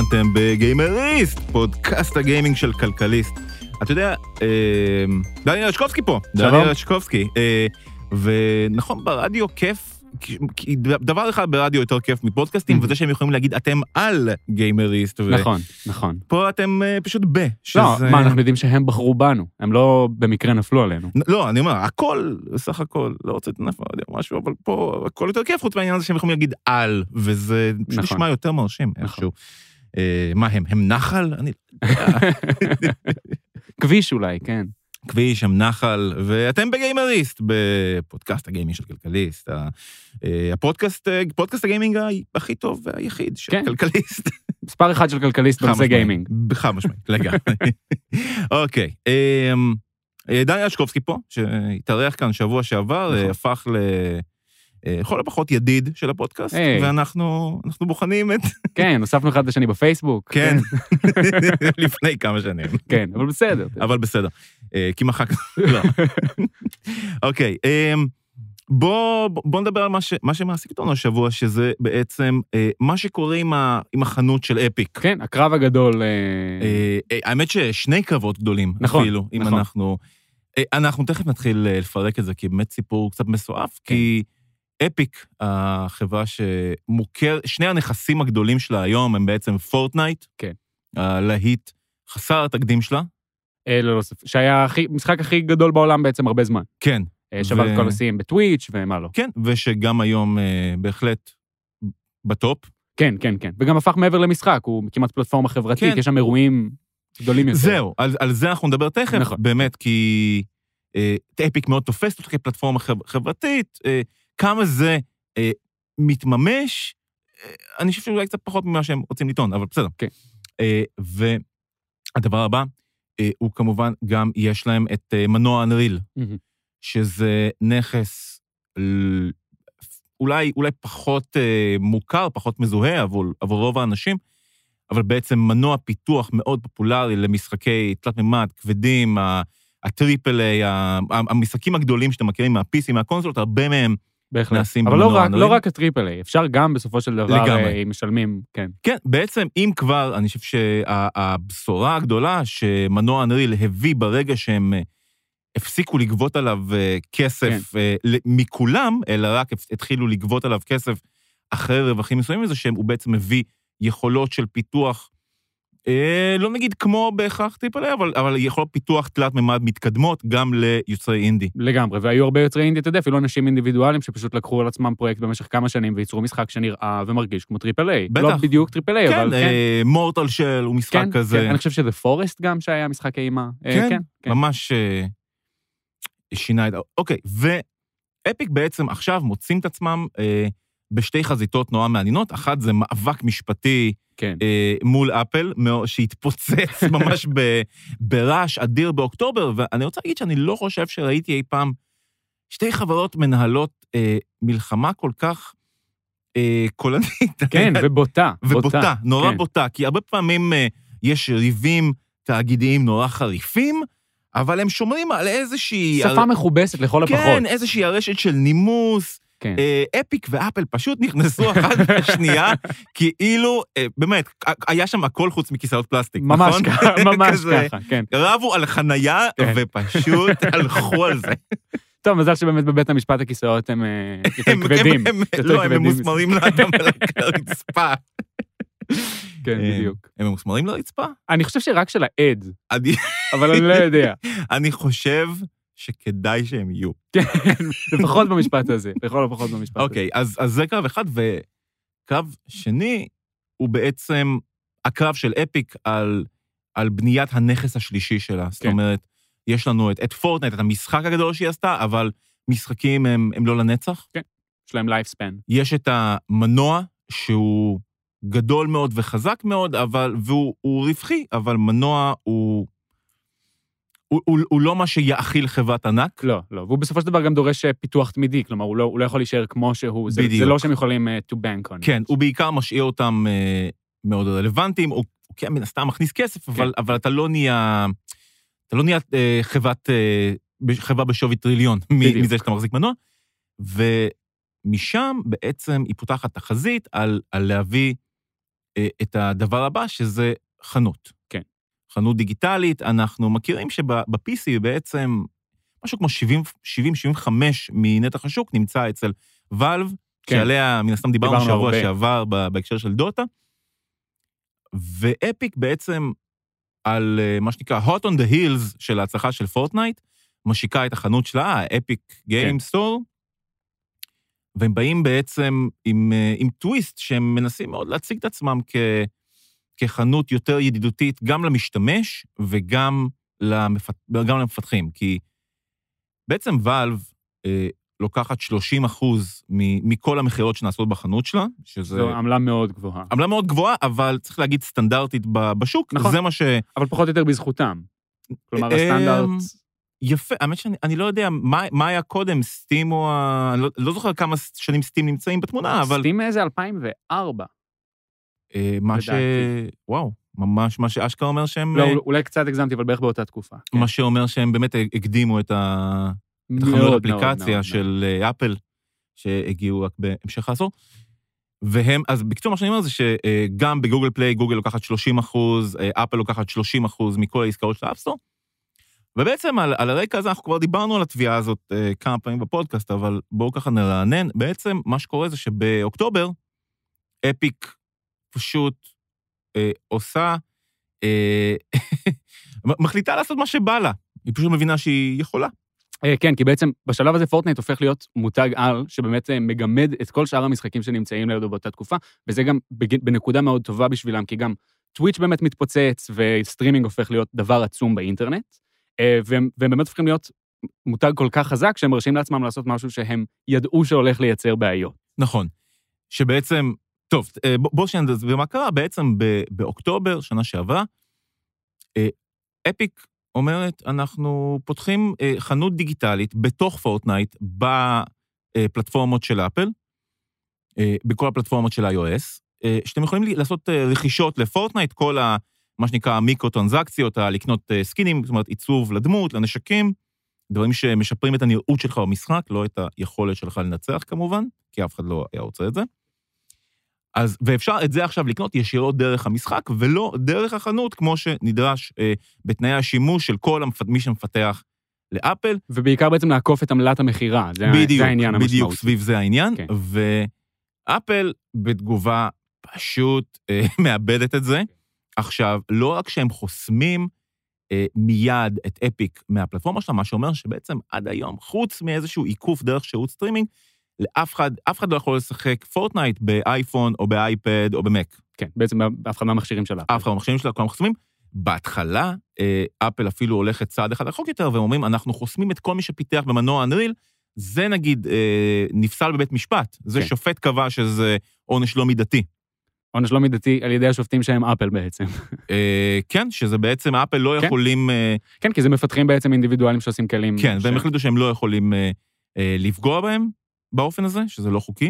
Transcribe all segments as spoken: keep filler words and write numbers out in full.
האזנתם בגיימריסט, פודקאסט הגיימינג של כלכליסט. אתה יודע, דניאל רשקובסקי פה, דניאל רשקובסקי, ונכון, ברדיו כיף, דבר אחד ברדיו יותר כיף מפודקאסטים, וזה שהם יכולים להגיד, אתם על גיימריסט. נכון, נכון. פה אתם פשוט ב. לא, מה, אנחנו יודעים שהם בחרו בנו, הם לא במקרה נפלו עלינו. לא, אני אומר, הכל, סך הכל, לא רוצה לנפל משהו, אבל פה הכל יותר כיף, חוץ מהעניין הזה שהם יכולים להגיד על, וזה פשוט נשמע יותר מרשים איכשהו. מה הם, הם נחל? אני... כביש אולי, כן. כביש, הם נחל, ואתם בגיימריסט, בפודקאסט הגיימינג של כלכליסט. הפודקאסט, פודקאסט הגיימינג הכי טוב והיחיד של כלכליסט. מספר אחד של כלכליסט בנושא גיימינג. חד משמעית, לגמרי. אוקיי. דניאל רשקובסקי פה, שהתארח כאן שבוע שעבר, הפך ל... לכל הפחות ידיד של הפודקאסט, ואנחנו בוחנים את... כן, נוספנו אחד לשני בפייסבוק. כן, לפני כמה שנים. כן, אבל בסדר. אבל בסדר. כי מחק... לא. אוקיי, בוא נדבר על מה שמעסיק אותנו השבוע, שזה בעצם מה שקורה עם החנות של אפיק. כן, הקרב הגדול... האמת ששני קרבות גדולים, אפילו, אם אנחנו... אנחנו תכף נתחיל לפרק את זה, כי באמת סיפור קצת מסועף, כי... אפיק, החברה שמוכר, שני הנכסים הגדולים שלה היום הם בעצם פורטנייט, כן. הלהיט חסר התקדים שלה. לא, לא, שהיה המשחק הכי גדול בעולם בעצם הרבה זמן. כן. שבר את כל השיאים בטוויץ' ומה לא. כן, ושגם היום בהחלט בטופ. כן, כן, כן. וגם הפך מעבר למשחק, הוא כמעט פלטפורמה חברתית, יש שם אירועים גדולים יותר. זהו, על זה אנחנו נדבר תכף, באמת, כי אפיק מאוד תופסת אותך כפלטפורמה חברתית, כמה זה אה, מתממש, אה, אני חושב שאולי קצת פחות ממה שהם רוצים לטעון, אבל בסדר. כן. אה, והדבר הבא, אה, הוא כמובן גם יש להם את אה, מנוע אנריל, mm-hmm. שזה נכס ל... אולי, אולי פחות אה, מוכר, פחות מזוהה עבור, עבור רוב האנשים, אבל בעצם מנוע פיתוח מאוד פופולרי למשחקי תלת ממד, כבדים, הטריפל איי, המשחקים הגדולים שאתם מכירים מהפי סי, מהקונסולות, הרבה מהם נעשים במנוע אנריל. אבל לא רק הטריפל איי, אפשר גם בסופו של דבר משלמים, כן. כן, בעצם אם כבר, אני חושב שהבשורה הגדולה שמנוע אנריל הביא ברגע שהם הפסיקו לגבות עליו כסף מכולם, אלא רק התחילו לגבות עליו כסף אחרי רווחים מסוימים, זה שהוא בעצם מביא יכולות של פיתוח, לא נגיד כמו בהכרח טריפל איי, אבל, אבל יכול פיתוח תלת ממד מתקדמות גם ליוצרי אינדי. לגמרי, והיו הרבה יוצרי אינדי, אתה יודע, אפילו אנשים אינדיבידואלים שפשוט לקחו על עצמם פרויקט במשך כמה שנים, וייצרו משחק שנראה ומרגיש כמו טריפל איי. בטח. לא בדיוק טריפל איי, כן, אבל כן. מורטל של הוא משחק כן, כזה. כן, אני חושב שזה פורסט גם שהיה משחק אימה. כן, כן, כן. ממש שינה את... אוקיי, ואפיק בעצם עכשיו מוצאים את עצמם בשתי חזיתות נורא מעניינות, אחת זה מאבק משפטי כן. אה, מול אפל, שהתפוצץ ממש ב, ברעש אדיר באוקטובר, ואני רוצה להגיד שאני לא חושב שראיתי אי פעם שתי חברות מנהלות אה, מלחמה כל כך אה, קולנית. כן, ובוטה. ובוטה, בוטה, נורא כן. בוטה, כי הרבה פעמים אה, יש ריבים תאגידיים נורא חריפים, אבל הם שומרים על איזושהי... שפה הר... מכובסת לכל כן, הפחות. כן, איזושהי הרשת של נימוס, כן. אפיק ואפל פשוט נכנסו אחת בשנייה, כאילו, באמת, היה שם הכל חוץ מכיסאות פלסטיק, ממש נכון? ככה, ממש ככה, כן. רבו על חנייה ופשוט הלכו על זה. טוב, מזל שבאמת בבית המשפט הכיסאות הם יותר כבדים. לא, הם ממוסמרים לאדם על הרצפה. כן, בדיוק. הם ממוסמרים לרצפה? אני חושב שרק של העד, אבל אני לא יודע. אני חושב... שכדאי שהם יהיו. כן, לפחות במשפט הזה, לכל הפחות במשפט הזה. אוקיי, אז, אז זה קרב אחד, וקרב שני הוא בעצם הקרב של אפיק על, על בניית הנכס השלישי שלה. כן. זאת אומרת, יש לנו את, את פורטנייט, את המשחק הגדול שהיא עשתה, אבל משחקים הם, הם לא לנצח. כן, יש להם לייפספן. יש את המנוע שהוא גדול מאוד וחזק מאוד, אבל, והוא הוא רווחי, אבל מנוע הוא... הוא, הוא, הוא לא מה שיאכיל חברת ענק. לא, לא. והוא בסופו של דבר גם דורש פיתוח תמידי, כלומר, הוא לא, הוא לא יכול להישאר כמו שהוא. זה, זה לא שהם יכולים uh, to bank on. כן, הוא בעיקר משאיר אותם uh, מאוד רלוונטיים, הוא, הוא כן, מן הסתם מכניס כסף, אבל, כן. אבל אתה לא נהיה, אתה לא נהיה uh, חברת, uh, חברה בשווי טריליון, מזה שאתה מחזיק מנוע, ומשם בעצם היא פותחת תחזית על, על להביא את הדבר הבא, שזה חנות. כן. חנות דיגיטלית, אנחנו מכירים שב-פי סי בעצם, משהו כמו שבעים שבעים וחמש מנתח השוק נמצא אצל ואלב, כן. שעליה מן הסתם דיברנו שבוע הרבה. שעבר בהקשר של דוטה, ואפיק בעצם על מה שנקרא hot on the heels של ההצלחה של פורטנייט, משיקה את החנות שלה, האפיק גיים סטור, והם באים בעצם עם, עם טוויסט שהם מנסים מאוד להציג את עצמם כ, כחנות יותר ידידותית גם למשתמש וגם למפת, גם למפתחים, כי בעצם ואלב אה, לוקחת שלושים אחוז מכל המחירות שנעשות בחנות שלה, שזה... זו עמלה מאוד גבוהה. עמלה מאוד גבוהה, אבל צריך להגיד סטנדרטית בשוק, נכון, זה מה ש... אבל פחות או יותר בזכותם. כלומר, הסטנדרט... יפה, האמת שאני אני לא יודע מה, מה היה קודם, סטים או... אני לא, לא זוכר כמה שנים סטים נמצאים בתמונה, אבל... סטים איזה אלפיים וארבע. אה, מה ש... וואו, ממש מה שאשכרה אומר שהם... לא, אולי קצת הגזמתי, אבל בערך באותה תקופה. מה כן. שאומר שהם באמת הקדימו את ה... את החנות אפליקציה של אפל, שהגיעו רק בהמשך העשור. והם, אז בקצור מה שאני אומר זה שגם בגוגל פליי, גוגל לוקחת שלושים אחוז, אפל לוקחת שלושים אחוז מכל העסקאות של האפסטור, ובעצם על, על הרקע הזה אנחנו כבר דיברנו על התביעה הזאת כמה פעמים בפודקאסט, אבל בואו ככה נרענן. בעצם מה שקורה זה שבאוקטובר, אפיק פשוט אה, עושה, אה, מחליטה לעשות מה שבא לה. היא פשוט מבינה שהיא יכולה. כן, כי בעצם בשלב הזה פורטנייט הופך להיות מותג על, שבאמת מגמד את כל שאר המשחקים שנמצאים לידו באותה תקופה, וזה גם בנקודה מאוד טובה בשבילם, כי גם טוויץ' באמת מתפוצץ, וסטרימינג הופך להיות דבר עצום באינטרנט, והם, והם באמת הופכים להיות מותג כל כך חזק, שהם מרשים לעצמם לעשות משהו שהם ידעו שהולך לייצר בעיות. נכון. שבעצם, טוב, בואו שנדבר מה קרה, בעצם באוקטובר, שנה שעברה, אפיק אומרת, אנחנו פותחים חנות דיגיטלית בתוך פורטנייט, בפלטפורמות של אפל, בכל הפלטפורמות של iOS, שאתם יכולים לעשות רכישות לפורטנייט, כל ה... מה שנקרא מיקרו-טרנזקציות, לקנות סקינים, זאת אומרת, עיצוב לדמות, לנשקים, דברים שמשפרים את הנראות שלך במשחק, לא את היכולת שלך לנצח כמובן, כי אף אחד לא היה רוצה את זה. אז, ואפשר את זה עכשיו לקנות ישירות דרך המשחק, ולא דרך החנות, כמו שנדרש אה, בתנאי השימוש של כל המפת, מי שמפתח לאפל. ובעיקר בעצם לעקוף את עמלת המחירה, זה, בדיוק, זה העניין המשמעות. בדיוק, סביב זה העניין, כן. ואפל בתגובה פשוט אה, מאבדת את זה. עכשיו, לא רק שהם חוסמים אה, מיד את אפיק מהפלטפורמה שלה, מה שאומר שבעצם עד היום, חוץ מאיזשהו עיקוף דרך שירות סטרימינג, לאף אחד, אף אחד לא יכול לשחק פורטנייט באייפון או באייפד או במק. כן, בעצם אף אחד מהמכשירים שלה. אף אחד מהמכשירים שלה, כולם חוסמים. בהתחלה, אפל אפילו הולכת צעד אחד רחוק יותר, והם אומרים, אנחנו חוסמים את כל מי שפיתח במנוע אנריל, זה נגיד נפסל בבית משפט. זה כן. שופט קבע שזה עונש לא מידתי. עונש לא מידתי על ידי השופטים שהם אפל בעצם. כן, שזה בעצם אפל לא כן. יכולים... כן, כי זה מפתחים בעצם אינדיבידואלים שעושים כלים. כן, ש... והם החליטו שהם לא יכולים לפגוע בהם. באופן הזה, שזה לא חוקי.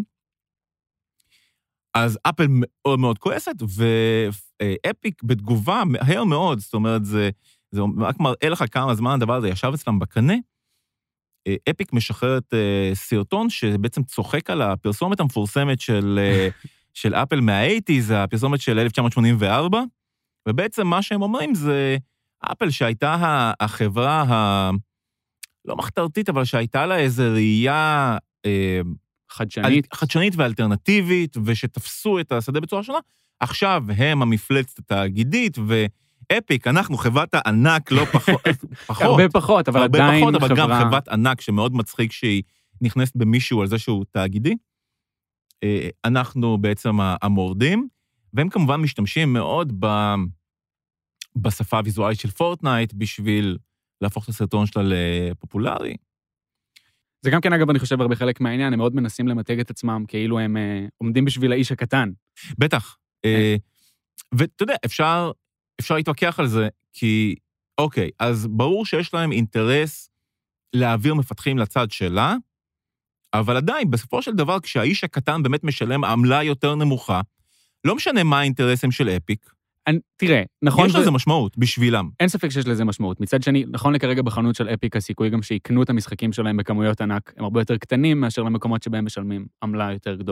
אז אפל מאוד מאוד כועסת, ואפיק בתגובה מהר מאוד, זאת אומרת, זה, זה רק מראה לך כמה זמן הדבר הזה ישב אצלם בקנה, אפיק משחררת סרטון שבעצם צוחק על הפרסומת המפורסמת של, של אפל מה-שמונים, זה הפרסומת של אלף תשע מאות שמונים וארבע, ובעצם מה שהם אומרים זה, אפל שהייתה החברה ה... לא מחתרתית, אבל שהייתה לה איזו ראייה... חדשנית. חדשנית ואלטרנטיבית, ושתפסו את השדה בצורה שונה, עכשיו הם המפלצת התאגידית, ואפיק, אנחנו חברת הענק לא פחות, פחות. הרבה פחות, אבל הרבה עדיין פחות, אבל חברה... גם חברת ענק שמאוד מצחיק שהיא נכנסת במישהו על זה שהוא תאגידי. אנחנו בעצם המורדים, והם כמובן משתמשים מאוד ב... בשפה הוויזואלית של פורטנייט, בשביל להפוך את הסרטון שלה לפופולרי. זה גם כן, אגב, אני חושב הרבה חלק מהעניין, הם מאוד מנסים למתג את עצמם, כאילו הם אה, עומדים בשביל האיש הקטן. בטח. אה, ואתה יודע, אפשר, אפשר להתווכח על זה, כי, אוקיי, אז ברור שיש להם אינטרס להעביר מפתחים לצד שלה, אבל עדיין, בסופו של דבר, כשהאיש הקטן באמת משלם עמלה יותר נמוכה, לא משנה מה האינטרסים של אפיק, אני, תראה, נכון... יש לזה משמעות בשבילם. אין ספק שיש לזה משמעות. מצד שני, נכון לכרגע בחנות של אפיק, הסיכוי גם שיקנו את המשחקים שלהם בכמויות ענק, הם הרבה יותר קטנים מאשר למקומות שבהם משלמים עמלה יותר גדולה.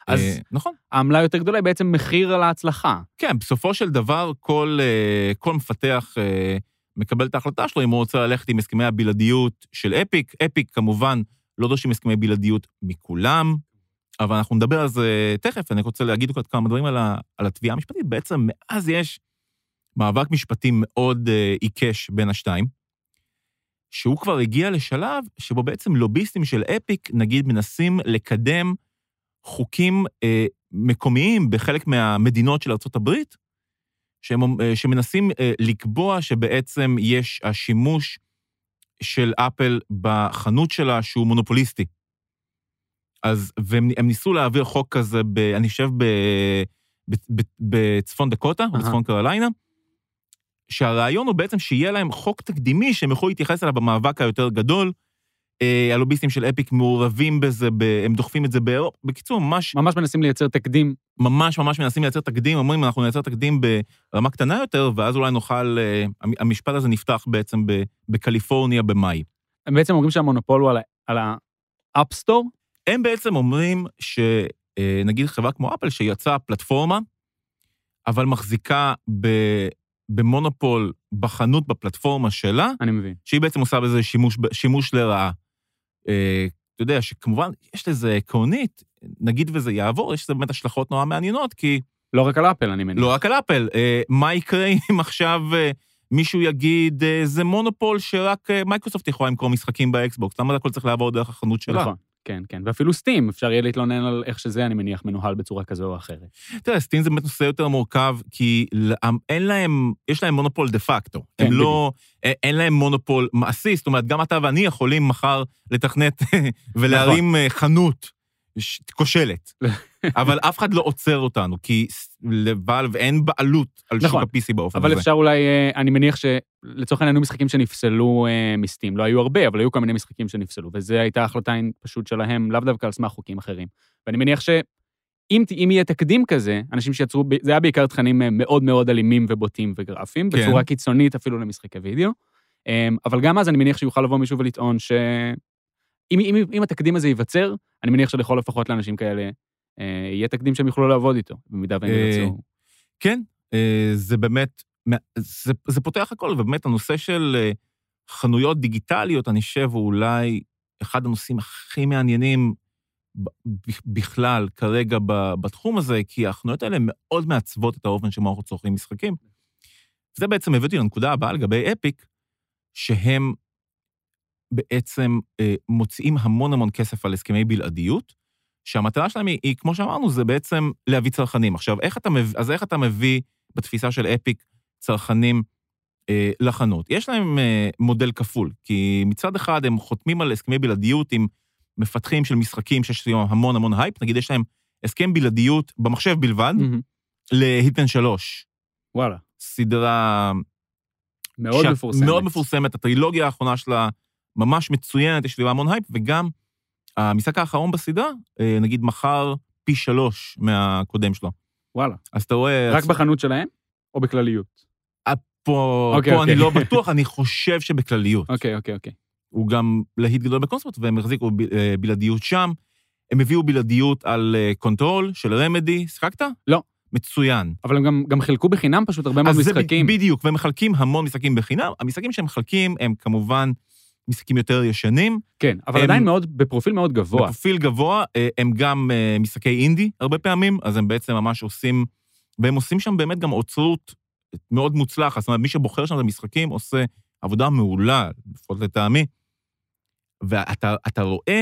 אז נכון. העמלה יותר גדולה היא בעצם מחיר על ההצלחה. כן, בסופו של דבר, כל, כל מפתח מקבל את ההחלטה שלו, אם הוא רוצה ללכת עם הסכמי הבלעדיות של אפיק. אפיק, כמובן, לא דורשים הסכמי בלעדיות מכולם, אבל אנחנו נדבר על זה תכף, אני רוצה להגיד כמה דברים על, ה, על התביעה המשפטית. בעצם, מאז יש מאבק משפטי מאוד עיקש בין השתיים, שהוא כבר הגיע לשלב שבו בעצם לוביסטים של אפיק, נגיד, מנסים לקדם חוקים אה, מקומיים בחלק מהמדינות של ארצות הברית, שהם, אה, שמנסים אה, לקבוע שבעצם יש השימוש של אפל בחנות שלה שהוא מונופוליסטי. אז, והם הם ניסו להעביר חוק כזה, ב, אני חושב, ב, ב, ב, בצפון דקוטה, או בצפון קרוליינה, שהרעיון הוא בעצם שיהיה להם חוק תקדימי שהם יכולו להתייחס אליו במאבק היותר גדול, אה, הלוביסטים של אפיק מעורבים בזה, ב, הם דוחפים את זה באירופה, בקיצור, ממש... ממש מנסים לייצר תקדים. ממש ממש מנסים לייצר תקדים, אומרים, אנחנו נייצר תקדים ברמה קטנה יותר, ואז אולי נוכל, אה, המשפט הזה נפתח בעצם ב, בקליפורניה במאי. הם בעצם אומרים שהמונופול הוא על, על האפסטור? הם בעצם אומרים שנגיד חברה כמו אפל, שיצאה פלטפורמה, אבל מחזיקה ב... במונופול בחנות בפלטפורמה שלה, אני מבין. שהיא בעצם עושה בזה שימוש, שימוש לרעה. אה, אתה יודע שכמובן יש לזה עקרונית, נגיד וזה יעבור, יש לזה באמת השלכות נורא מעניינות, כי... לא רק על אפל, אני מניח. לא רק על אפל. אה, מה יקרה אם עכשיו אה, מישהו יגיד, אה, זה מונופול שרק אה, מייקרוסופט יכולה למכור משחקים באקסבוקס, למה זה הכל צריך לעבור דרך החנות שלה? נכון. כן, כן, ואפילו סטים, אפשר יהיה להתלונן על איך שזה, אני מניח, מנוהל בצורה כזו או אחרת. תראה, סטים זה באמת נושא יותר מורכב, כי אין להם, יש להם מונופול דה פקטו. הם לא, אין להם מונופול מעשי, זאת אומרת, גם אתה ואני יכולים מחר לתכנת ולהרים חנות כושלת. אבל אף אחד לא עוצר אותנו, כי לבעל ואין בעלות על שוק ה-פי סי באופן הזה. אבל אפשר אולי, אני מניח שלצורך העניין היו משחקים שנפסלו מסטים, לא היו הרבה, אבל היו כל מיני משחקים שנפסלו, וזו הייתה החלטה פשוט שלהם, לאו דווקא על סמך חוקים אחרים. ואני מניח שאם יהיה תקדים כזה, אנשים שיצרו, זה היה בעיקר תכנים מאוד מאוד אלימים ובוטים וגרפיים, בצורה קיצונית אפילו למשחקי וידאו, אבל גם אז אני מניח שיוכל לבוא מישהו ולטעון ש... אם, אם, אם התקדים הזה ייווצר, אני מניח שלכל לפחות לאנשים כאלה, אה, יהיה תקדים שהם יוכלו לעבוד איתו, במידה והם ירצו. כן, אה, זה באמת, זה, זה פותח הכל, ובאמת הנושא של אה, חנויות דיגיטליות, אני חושב, הוא אולי אחד הנושאים הכי מעניינים בכלל כרגע בתחום הזה, כי החנויות האלה מאוד מעצבות את האופן שבו אנחנו צורכים משחקים. זה בעצם הבאתי לנקודה הבאה לגבי אפיק, שהם בעצם אה, מוציאים המון המון כסף על הסכמי בלעדיות, שהמטרה שלהם היא, היא, כמו שאמרנו, זה בעצם להביא צרכנים. עכשיו, איך אתה מביא, אז איך אתה מביא בתפיסה של אפיק צרכנים אה, לחנות? יש להם אה, מודל כפול, כי מצד אחד הם חותמים על הסכמי בלעדיות עם מפתחים של משחקים שיש להם המון המון הייפ, נגיד יש להם הסכם בלעדיות במחשב בלבד, mm-hmm. להיטמן שלוש. וואלה. סדרה... מאוד מפורסמת. מאוד מפורסמת, הטרילוגיה האחרונה שלה ממש מצוינת, יש לי המון הייפ, וגם המשחק האחרון בסדרה, נגיד מחר פי שלוש מהקודם שלו. וואלה. אז אתה רואה... רק בחנות שלהם, או בכלליות? פה, okay, פה okay. אני לא בטוח, אני חושב שבכלליות. אוקיי, אוקיי, אוקיי. הוא גם להיט גדול בקונספט, והם החזיקו בלעדיות שם, הם הביאו בלעדיות על קונטרול של רמדי, שחקת? לא. מצוין. אבל הם גם, גם חילקו בחינם פשוט הרבה מאוד משחקים. בדיוק, והם מחלקים המון משחקים בחינם, המשחקים שהם מחלקים הם כמובן משחקים יותר ישנים. כן, אבל הם, עדיין מאוד, בפרופיל מאוד גבוה. בפרופיל גבוה, הם גם משחקי אינדי הרבה פעמים, אז הם בעצם ממש עושים, והם עושים שם באמת גם אוצרות מאוד מוצלחת, זאת אומרת, מי שבוחר שם את המשחקים עושה עבודה מעולה, לפחות לטעמי, ואתה אתה רואה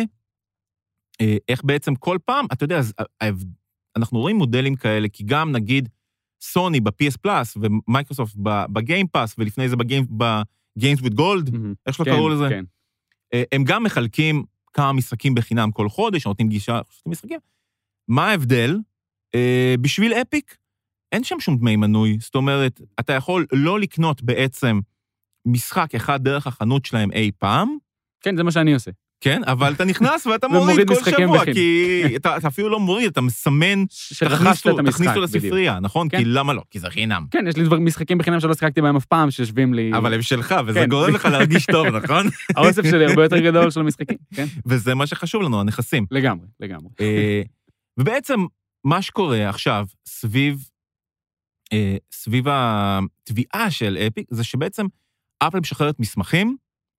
איך בעצם כל פעם, אתה יודע, אנחנו רואים מודלים כאלה, כי גם נגיד סוני ב-פי אס פלאס ומייקרוסופט בגיים פאס, ולפני זה בגיימס וויד גולד, איך שלא קראו לזה? כן. הם גם מחלקים כמה משחקים בחינם כל חודש, נותנים גישה משחקים. מה ההבדל? בשביל אפיק, אין שם שום דמי מנוי, זאת אומרת, אתה יכול לא לקנות בעצם משחק אחד דרך החנות שלהם אי פעם. כן, זה מה שאני עושה. כן, אבל אתה נכנס ואתה מוריד כל שבוע, כי אתה, אתה אפילו לא מוריד, אתה מסמן, תכניסו, תכניסו לספרייה, נכון? כן. כי למה לא? כי זה חינם. כן, יש לי דבר משחקים בחינם שלא שחקתי בהם אף פעם, שיושבים לי... אבל הם שלך, וזה כן. גורם לך להרגיש טוב, נכון? האוסף שלי הרבה יותר גדול של המשחקים, כן. וזה מה שחשוב לנו, הנכסים. לגמרי, לגמרי. ובעצם מה שקורה עכשיו סביב, אה, סביב התביעה של אפיק, זה שבעצם אפל משחררת מסמכים,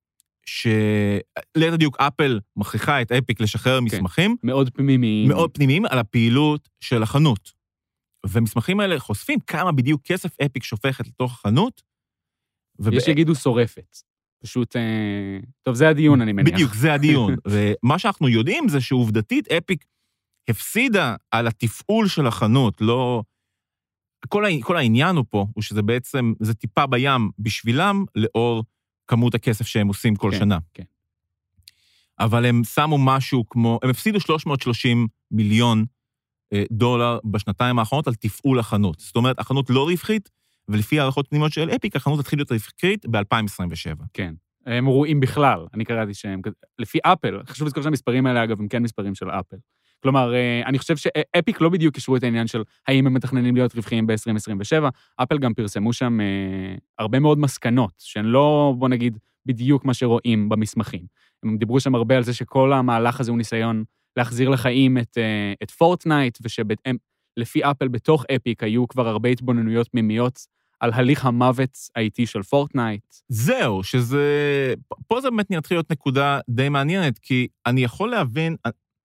שליתר דיוק אפל מכריחה את אפיק לשחרר כן. מסמכים. מאוד פנימיים. מאוד פנימיים על הפעילות של החנות. ומסמכים האלה חושפים כמה בדיוק כסף אפיק שופכת לתוך החנות. ובא... יש שיגידו שורפת. פשוט, אה... טוב, זה הדיון, אני מניח. בדיוק, זה הדיון. ומה שאנחנו יודעים זה שעובדתית אפיק הפסידה על התפעול של החנות, לא... כל, ה... כל העניין הוא פה, הוא שזה בעצם, זה טיפה בים בשבילם, לאור כמות הכסף שהם עושים כל כן, שנה. כן. אבל הם שמו משהו כמו, הם הפסידו שלוש מאות ושלושים מיליון דולר בשנתיים האחרונות על תפעול החנות. זאת אומרת, החנות לא רווחית, ולפי הערכות פנימיות של אפיק, החנות התחילה להיות רווחית ב-אלפיים עשרים ושבע. כן. הם רואים בכלל, אני קראתי שהם, לפי אפל, חשוב לזכור שהמספרים האלה, אגב, הם כן מספרים של אפל. כלומר, אני חושב שאפיק לא בדיוק קשרו את העניין של האם הם מתכננים להיות רווחיים ב-עשרים עשרים ושבע, אפל גם פרסמו שם הרבה מאוד מסקנות, שהן לא, בוא נגיד, בדיוק מה שרואים במסמכים. הם דיברו שם הרבה על זה שכל המהלך הזה הוא ניסיון להחזיר לחיים את, את פורטנייט, ושלפי אפל בתוך אפיק היו כבר הרבה התבוננויות פנימיות על הליך המוות האיטי של פורטנייט. זהו, שזה, פה זה באמת נתחיל להיות נקודה די מעניינת, כי אני יכול להבין,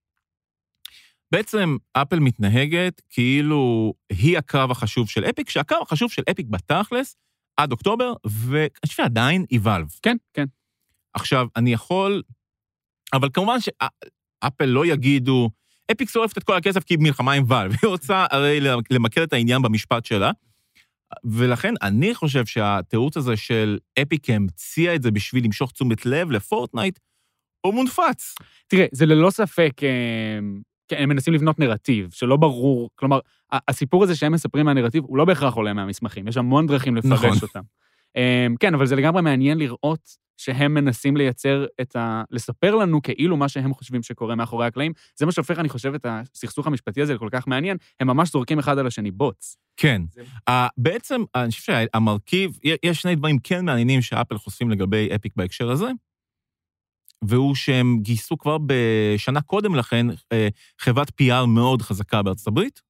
בעצם אפל מתנהגת כאילו היא הקרב החשוב של אפיק, שהקרב החשוב של אפיק בתכלס עד אוקטובר, ואני חושב עדיין היא ואלב. כן, כן. עכשיו, אני יכול, אבל כמובן שאפל לא יגידו, אפיק שורפת את כל הכסף כי היא מלחמה עם ואלב, היא רוצה הרי למקד את העניין במשפט שלה, ולכן אני חושב שהתירוץ הזה של אפיק המציאה את זה בשביל למשוך תשומת לב לפורטנייט, הוא מונפץ. תראה, זה ללא ספק, כן, הם מנסים לבנות נרטיב, שלא ברור, כלומר, הסיפור הזה שהם מספרים מהנרטיב, הוא לא בהכרח עולה מהמסמכים, יש המון דרכים לפרש נכון. אותם. כן, אבל זה לגמרי מעניין לראות שהם מנסים לייצר את ה... לספר לנו כאילו מה שהם חושבים שקורה מאחורי הקלעים, זה מה שהופך, אני חושב, את הסכסוך המשפטי הזה לכל כך מעניין, הם ממש זורקים אחד על השני בוץ. כן. בעצם, אני חושב שהמרכיב, יש שני דברים כן מעניינים שאפל חושפים לגבי אפיק בהקשר הזה, והוא שהם גייסו כבר בשנה קודם לכן חברת פי אר מאוד חזקה בארצות הברית,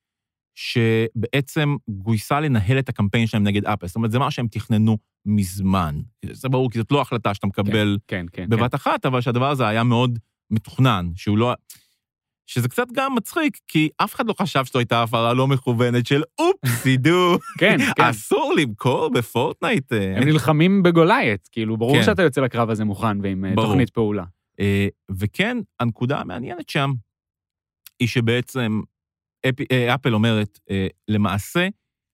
שבעצם גויסה לנהל את הקמפיין שלהם נגד אפל. זאת אומרת, זה מה שהם תכננו מזמן. זה ברור, כי זאת לא החלטה שאתה מקבל כן, כן, בבת כן. אחת, אבל שהדבר הזה היה מאוד מתוכנן, שהוא לא... שזה קצת גם מצחיק, כי אף אחד לא חשב שזו הייתה הפרה לא מכוונת של אופס, ידעו, כן, כן. אסור למכור בפורטנייט. הם נלחמים בגולייט, כאילו, ברור כן. שאתה יוצא לקרב הזה מוכן ועם ברור. תוכנית פעולה. וכן, הנקודה המעניינת שם, היא שבעצם אפל אומרת, למעשה,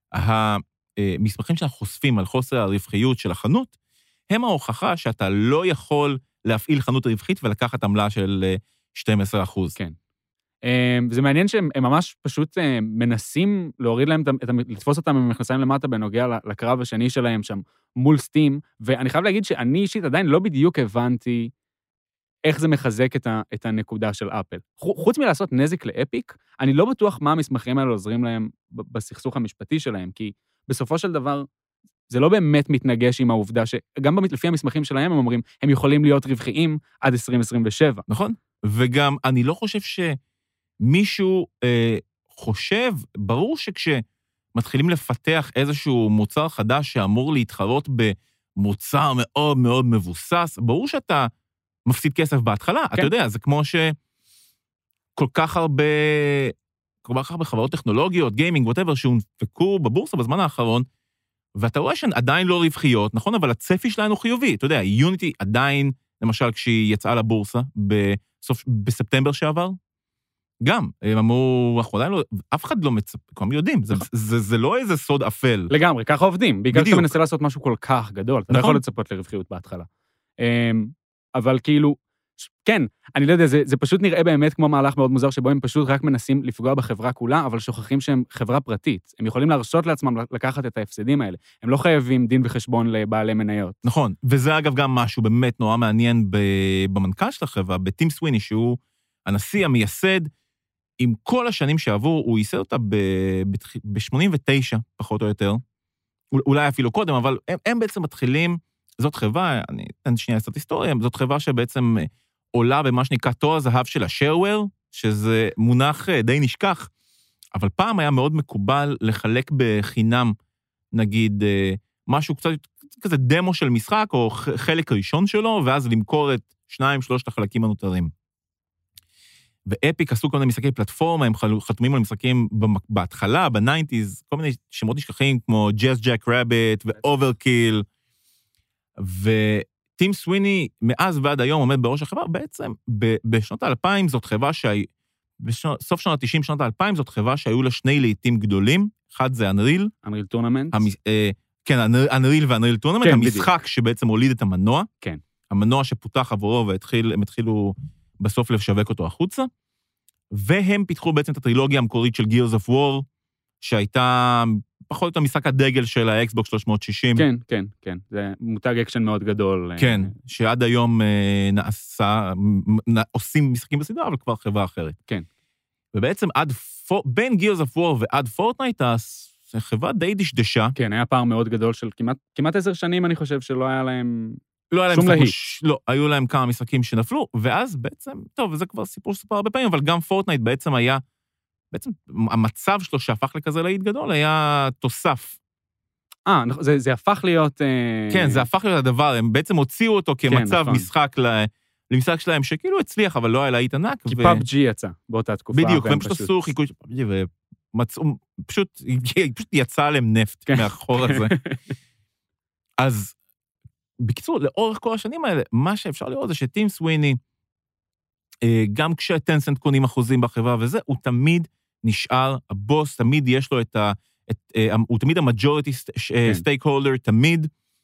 המסמכים שאנחנו חושפים על חוסר הרווחיות של החנות, הם ההוכחה שאתה לא יכול להפעיל חנות רווחית ולקחת עמלה של שנים עשר אחוז. כן. זה מעניין שהם ממש פשוט מנסים להוריד להם, לתפוס אותם במכנסיים למטה בנוגע לקרב השני שלהם שם מול סטים, ואני חייב להגיד שאני אישית עדיין לא בדיוק הבנתי איך זה מחזק את, ה, את הנקודה של אפל. חוץ מלעשות נזק לאפיק, אני לא בטוח מה המסמכים האלה עוזרים להם בסכסוך המשפטי שלהם, כי בסופו של דבר, זה לא באמת מתנגש עם העובדה שגם לפי המסמכים שלהם הם אומרים, הם יכולים להיות רווחיים עד עשרים עשרים ושבע. נכון. וגם אני לא חושב שמישהו אה, חושב, ברור שכשמתחילים לפתח איזשהו מוצר חדש שאמור להתחרות במוצר מאוד מאוד מבוסס, ברור שאתה מפסיד כסף בהתחלה. כן. אתה יודע, זה כמו שכל כך הרבה, כל כך הרבה חברות טכנולוגיות, גיימינג, whatever, שהונפקו בבורסה בזמן האחרון, ואתה רואה שהן עדיין לא רווחיות, נכון? אבל הצפי שלנו חיובי. אתה יודע, יוניטי עדיין, למשל, כשהיא יצאה לבורסה בסוף, בספטמבר שעבר, גם, הם אמרו, אנחנו עדיין לא, אף אחד לא מצפ... כלומר יודעים, זה, זה, זה לא איזה סוד אפל. לגמרי, ככה עובדים. בעיקר כשאתה מנסה לעשות משהו כל כך גדול, אתה לא יכול לצפות לרווחיות בהתחלה. אבל כאילו, כן, אני לא יודע, זה, זה פשוט נראה באמת כמו מהלך מאוד מוזר, שבו הם פשוט רק מנסים לפגוע בחברה כולה, אבל שוכחים שהם חברה פרטית. הם יכולים להרשות לעצמם לקחת את ההפסדים האלה. הם לא חייבים דין וחשבון לבעלי מניות. נכון, וזה אגב גם משהו באמת נורא מעניין במנכ"ל של החברה, בטים סוויני, שהוא הנשיא המייסד, עם כל השנים שעבור, הוא ייסד אותה ב-שמונים ותשע, פחות או יותר, אולי אפילו קודם, אבל הם, הם בעצם מתחילים, זאת חברה, אני אתן שנייה קצת היסטוריה, זאת חברה שבעצם עולה במה שנקרא תואר הזהב של השארוור, שזה מונח די נשכח, אבל פעם היה מאוד מקובל לחלק בחינם, נגיד, משהו קצת כזה דמו של משחק, או חלק ראשון שלו, ואז למכור את שניים, שלושת החלקים הנותרים. ואפיק עשו כל מיני משחקי פלטפורמה, הם חתומים על משחקים בהתחלה, בניינטיז, כל מיני שמות נשכחים, כמו ג'אז ג'ק רביט ואוברקיל, וטים סוויני, מאז ועד היום עומד בראש החברה, בעצם בשנות האלפיים זאת חברה שהיא, בסוף שנות ה-תשעים, שנות ה-אלפיים, זאת חברה שהיו לה שני לעיתים גדולים, אחד זה אנריל. אנריל טורנמנט. כן, אנריל ואנריל טורנמנט, המשחק שבעצם הוליד את המנוע, כן. המנוע שפותח עבורו, והם התחילו בסוף לשווק אותו החוצה, והם פיתחו בעצם את הטרילוגיה המקורית של Gears of War, שהייתה פחות או יותר משחק הדגל של האקסבוקס שלוש מאות שישים. כן, כן, כן. זה מותג אקשן מאוד גדול. כן, שעד היום נעשה, עושים משחקים בסדרה, אבל כבר חברה אחרת. כן. ובעצם עד, בין Gears of War ועד פורטנייט, החברה די דשדשה. כן, היה פער מאוד גדול של כמעט, כמעט עשר שנים, אני חושב שלא היה להם... לא היה להם משחק, לא, היו להם כמה משחקים שנפלו, ואז בעצם, טוב, וזה כבר סיפור שסופר הרבה פעמים, אבל גם פורטנייט בעצם היה, בעצם המצב שלו שהפך לכזה להיט גדול, היה תוסף. אה, זה, זה הפך להיות... כן, זה הפך להיות הדבר, הם בעצם הוציאו אותו כמצב כן, נכון. משחק למשחק שלהם, שכאילו הצליח, אבל לא היה להיט ענק. כי ו... פאב-ג'י יצא באותה תקופה. בדיוק, והם פשוט עשו חיקוי של פאב-ג'י, ומצאו, פשוט, פשוט יצא עליהם נפט כן. מאחור הזה. אז, בקיצור, לאורך כל השנים האלה, מה שאפשר לראות זה שטים סוויני, גם כשטנסנט קונים אחוזים בחברה וזה, הוא תמיד נשאר הבוס, תמיד יש לו את ה... את, הוא תמיד המג'וריטי סטייק הולדר, תמיד,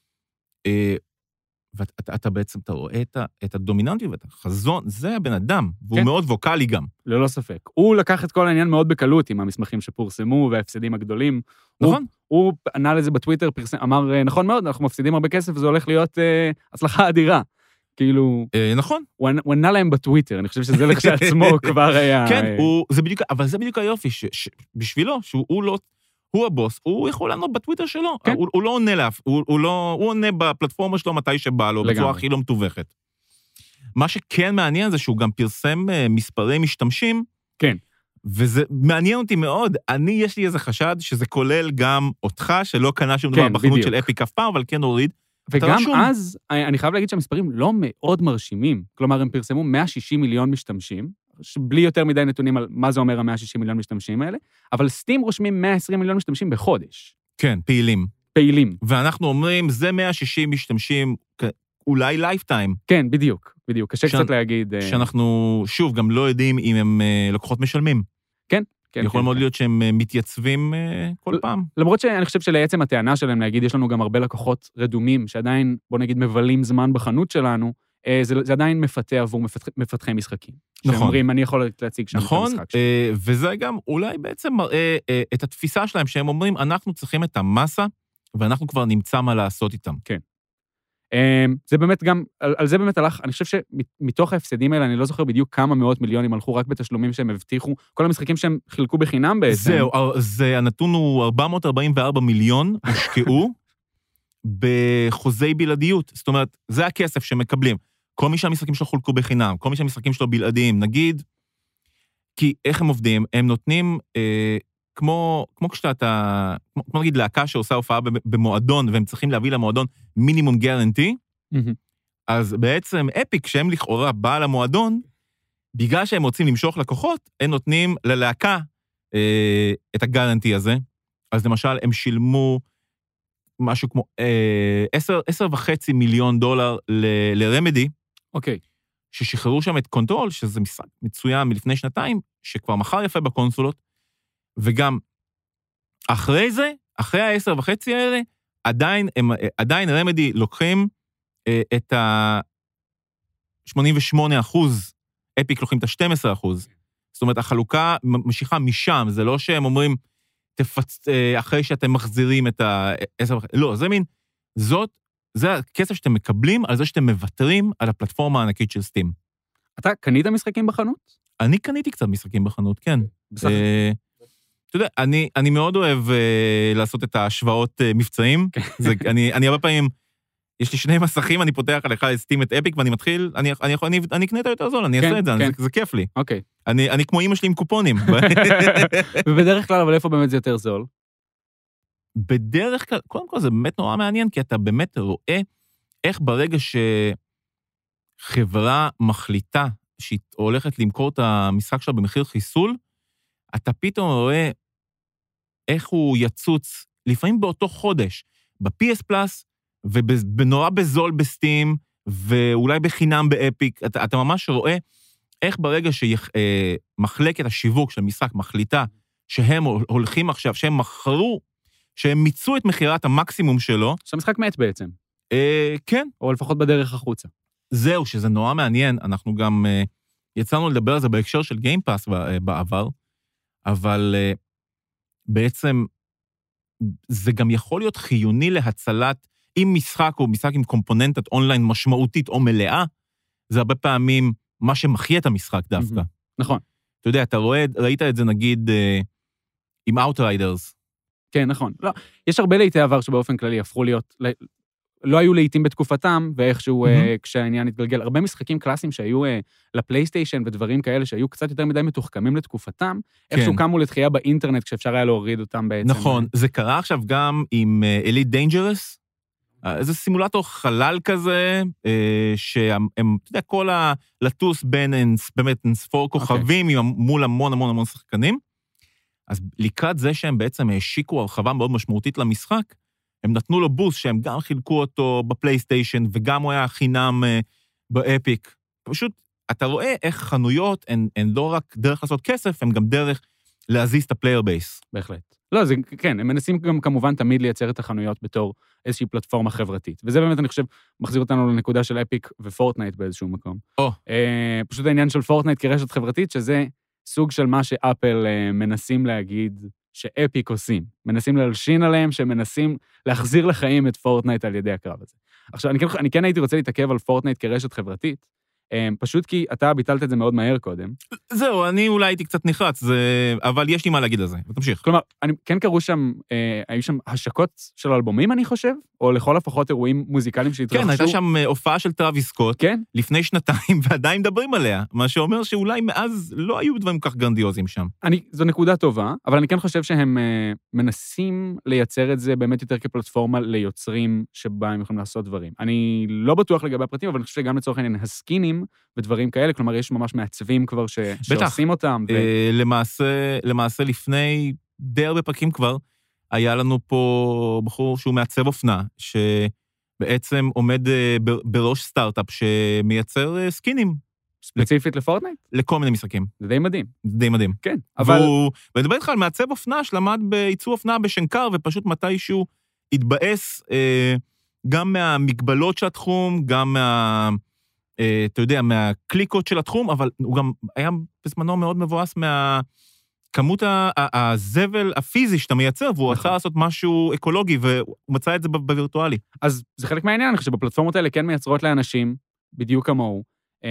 ואתה אתה בעצם, אתה רואה את, את הדומיננטיות ואת החזון, זה הבן אדם, והוא כן. מאוד ווקלי גם. ללא ספק. הוא לקח את כל העניין מאוד בקלות עם המסמכים שפורסמו וההפסדים הגדולים. נכון. הוא, הוא ענה לזה בטוויטר, פרסם, אמר, נכון מאוד, אנחנו מפסידים הרבה כסף, וזה הולך להיות אה, הצלחה אדירה. כאילו... אה, נכון. הוא, הוא ענה להם בטוויטר, אני חושב שזה לכשעצמו כבר היה... כן, אה... הוא, זה בדיוק, אבל זה בדיוק היופי, ש, ש, בשבילו, שהוא לא... הוא הבוס, הוא יכול לענות בטוויטר שלו, כן. הוא, הוא לא עונה לאף, הוא, הוא, לא, הוא עונה בפלטפורמה שלו מתי שבא לו, לגמרי. בצורה הכי לא מתווכת. מה שכן מעניין זה שהוא גם פרסם מספרי משתמשים, כן. וזה מעניין אותי מאוד, אני, יש לי איזה חשד שזה כולל גם אותך, שלא קנה שום דבר כן, בחנות של אפיק אף פעם, אבל כן הוריד. וגם אז, אני חייב להגיד שהמספרים לא מאוד מרשימים, כלומר, הם פרסמו מאה ושישים מיליון משתמשים, בלי יותר מדי נתונים על מה זה אומר ה-מאה ושישים מיליון משתמשים האלה, אבל סטים רושמים מאה ועשרים מיליון משתמשים בחודש. כן, פעילים. פעילים. ואנחנו אומרים, זה מאה ושישים משתמשים, אולי לייפטיים. כן, בדיוק, בדיוק. קשה קצת להגיד... שאנחנו, שוב, גם לא יודעים אם הם לקוחות משלמים. כן, כן. יכול מאוד להיות שהם מתייצבים כל פעם. למרות שאני חושב שלעצם הטענה שלהם להגיד, יש לנו גם הרבה לקוחות רדומים, שעדיין, בוא נגיד, מבלים זמן בחנות שלנו, זה, זה עדיין מפתה עבור מפתח, מפתחי משחקים. נכון. שאומרים, אני יכול להציג שם נכון, את המשחק שלי. נכון, וזה גם אולי בעצם מראה את התפיסה שלהם, שהם אומרים, אנחנו צריכים את המסה, ואנחנו כבר נמצא מה לעשות איתם. כן. זה באמת גם, על, על זה באמת הלך, אני חושב שמתוך ההפסדים האלה, אני לא זוכר בדיוק כמה מאות מיליונים הלכו רק בתשלומים שהם הבטיחו, כל המשחקים שהם חילקו בחינם בעצם. זהו, זה, הנתון הוא ארבע מאות ארבעים וארבע מיליון הושקעו בחוזי בלעדיות. זאת אומרת, זה הכסף שמקבלים. כל מי שהמשחקים שלו חולקו בחינם, כל מי שהמשחקים שלו בלעדיים, נגיד, כי איך הם עובדים? הם נותנים, אה, כמו, כמו כשאתה, כמו, כמו נגיד להקה שעושה הופעה במועדון, והם צריכים להביא למועדון מינימום גרנטי, mm-hmm. אז בעצם אפיק, שהם לכאורה בעל המועדון, בגלל שהם רוצים למשוך לקוחות, הם נותנים ללהקה אה, את הגרנטי הזה, אז למשל, הם שילמו משהו כמו אה, עשר, עשר וחצי מיליון דולר ל- לרמדי, אוקיי. ששחררו שם את קונטרול, שזה משחק מצוין מלפני שנתיים, שכבר מחר יפה בקונסולות, וגם אחרי זה, אחרי העשר וחצי האלה, עדיין, הם, עדיין רמדי לוקחים אה, את ה-שמונים ושמונה אחוז, אפיק לוקחים את ה-שנים עשר אחוז. זאת אומרת, החלוקה משיכה משם, זה לא שהם אומרים, תפצ... אחרי שאתם מחזירים את ה-עשר וחצי, לא, זה מין, זאת, זה הכסף שאתם מקבלים על זה שאתם מוותרים על הפלטפורמה הענקית של סטים. אתה קנית משחקים בחנות? אני קניתי קצת משחקים בחנות, כן. בסך. אתה יודע, אני, אני מאוד אוהב לעשות את ההשוואות מבצעים. זה, אני, אני הרבה פעמים, יש לי שני מסכים, אני פותח על אחד סטים את אפיק, ואני מתחיל, אני, אני, אני, אני אקנה את היותר זול, אני אעשה את זה, זה, זה כיף לי. אוקיי. אני, אני כמו אמא שלי עם קופונים. ובדרך כלל, אבל איפה באמת זה יותר זול? בדרך כלל, קודם כל זה באמת נורא מעניין, כי אתה באמת רואה איך ברגע שחברה מחליטה שהיא הולכת למכור את המשחק שלה במחיר חיסול, אתה פתאום רואה איך הוא יצוץ, לפעמים באותו חודש, ב-פי אס פלאס, ובנורא בזול בסטים, ואולי בחינם באפיק, אתה, אתה ממש רואה איך ברגע שמחלקת השיווק של משחק מחליטה, שהם הולכים עכשיו, שהם מכרו, שהם מיצו את מחירת המקסימום שלו. שהמשחק מת בעצם. אה, כן. או לפחות בדרך החוצה. זהו, שזה נורא מעניין, אנחנו גם אה, יצאנו לדבר על זה בהקשר של גיימפאס בעבר, אבל אה, בעצם זה גם יכול להיות חיוני להצלת, אם משחק או משחק עם קומפוננטת אונליין משמעותית או מלאה, זה הרבה פעמים מה שמחיה את המשחק דווקא. נכון. אתה יודע, אתה רואה, ראית את זה נגיד אה, עם Outriders. כן, נכון. לא, יש הרבה לעיתי עבר שבאופן כללי הפכו להיות, לא היו לעיתים בתקופתם, ואיכשהו mm-hmm. כשהעניין התגלגל. הרבה משחקים קלאסיים שהיו לפלייסטיישן ודברים כאלה, שהיו קצת יותר מדי מתוחכמים לתקופתם, כן. איכשהו קמו לתחייה באינטרנט, כשאפשר היה להוריד אותם בעצם. נכון, זה קרה עכשיו גם עם Elite Dangerous, איזה סימולטור חלל כזה, שהם, אתה יודע, כל הלטוס בין באמת ספור כוכבים, okay. מול המון המון המון שחקנים, אז לקראת זה שהם בעצם השיקו הרחבה מאוד משמעותית למשחק, הם נתנו לו בוסט שהם גם חילקו אותו בפלייסטיישן, וגם הוא היה חינם באפיק. פשוט, אתה רואה איך חנויות הן, הן לא רק דרך לעשות כסף, הן גם דרך להזיז את הפלייר בייס. בהחלט. לא, זה, כן, הם מנסים גם כמובן תמיד לייצר את החנויות בתור איזושהי פלטפורמה חברתית. וזה באמת, אני חושב, מחזיר אותנו לנקודה של אפיק ופורטנייט באיזשהו מקום. או. אה, פשוט העניין של פורטנייט כרשת חברתית, שזה סוג של מה שאפל אה, מנסים להגיד שאפיק עושים. מנסים להלשין עליהם, שמנסים להחזיר לחיים את פורטנייט על ידי הקרב הזה. עכשיו, אני כן, אני כן הייתי רוצה להתעכב על פורטנייט כרשת חברתית, פשוט כי אתה ביטלת את זה מאוד מהר קודם. זהו, אני אולי הייתי קצת נחרץ, זה... אבל יש לי מה להגיד על זה, ותמשיך. כלומר, אני, כן קראו שם, אה, היו שם השקות של אלבומים, אני חושב, או לכל הפחות אירועים מוזיקליים שהתרחשו. כן, הייתה שם הופעה של טראביס סקוט, כן? לפני שנתיים, ועדיין מדברים עליה, מה שאומר שאולי מאז לא היו דברים כך גרנדיוזיים שם. אני, זו נקודה טובה, אבל אני כן חושב שהם אה, מנסים לייצר את זה באמת יותר כפלטפורמה ליוצרים שבה הם יכולים לעשות דברים. אני לא בטוח לגבי הפרטים, אבל אני חושב שגם לצורך העניין הסקינים ודברים כאלה, כלומר, יש ממש מעצבים כבר ש... שעושים אותם. ו... למעשה, למעשה לפני די הרבה פרקים כבר, היה לנו פה בחור שהוא מעצב אופנה, שבעצם עומד בראש סטארט-אפ שמייצר סקינים. ספציפית לפורטנייט? לכל מיני משחקים. זה די מדהים. זה די מדהים. כן, אבל... והוא... ואני מדבר איתך על מעצב אופנה שלמד בעיצוב אופנה בשנקר, ופשוט מתישהו התבאס אה, גם מהמגבלות של התחום, גם מה... אתה יודע, מהקליקות של התחום, אבל הוא גם היה בזמנו מאוד מבואס מהכמות הזבל הפיזי שאתה מייצר, והוא רצה לעשות משהו אקולוגי, והוא מצא את זה בווירטואלי. אז זה חלק מהעניין, אני חושב שבפלטפורמות האלה כן מייצרות לאנשים, בדיוק כמוהו,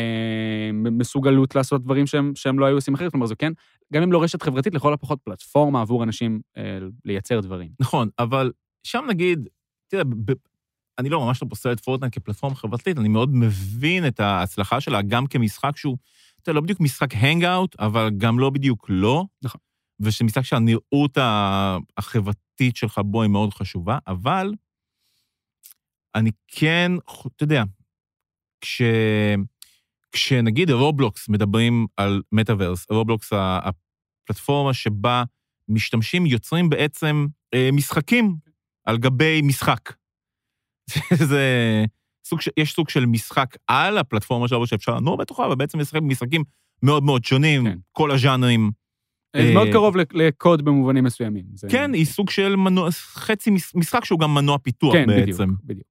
מסוגלות לעשות דברים שהם, שהם לא היו עושים אחרת, כלומר זו כן, גם אם לא רשת חברתית, לכל הפחות פלטפורמה עבור אנשים לייצר דברים. נכון, אבל שם נגיד, תראה, אני לא ממש לא פוסל את פורטנייט כפלטפורמה חברתית, אני מאוד מבין את ההצלחה שלה, גם כמשחק שהוא, אתה יודע, לא בדיוק משחק הנגאוט, אבל גם לא בדיוק לא. נכון. ושמשחק שהנראות החברתית שלך בו היא מאוד חשובה, אבל אני כן, אתה יודע, כש, כשנגיד רובלוקס מדברים על מטאברס, רובלוקס הפלטפורמה שבה משתמשים, יוצרים בעצם משחקים על גבי משחק. זה סוג, יש סוג של משחק על הפלטפורמה שלו שאפשר לנוע בתוכה, ובעצם משחק משחקים מאוד מאוד שונים, כן. כל הז'אנרים. זה מאוד קרוב לקוד במובנים מסוימים. זה... כן, היא סוג של מנוע, חצי משחק שהוא גם מנוע פיתוח כן, בעצם. בדיוק, בדיוק.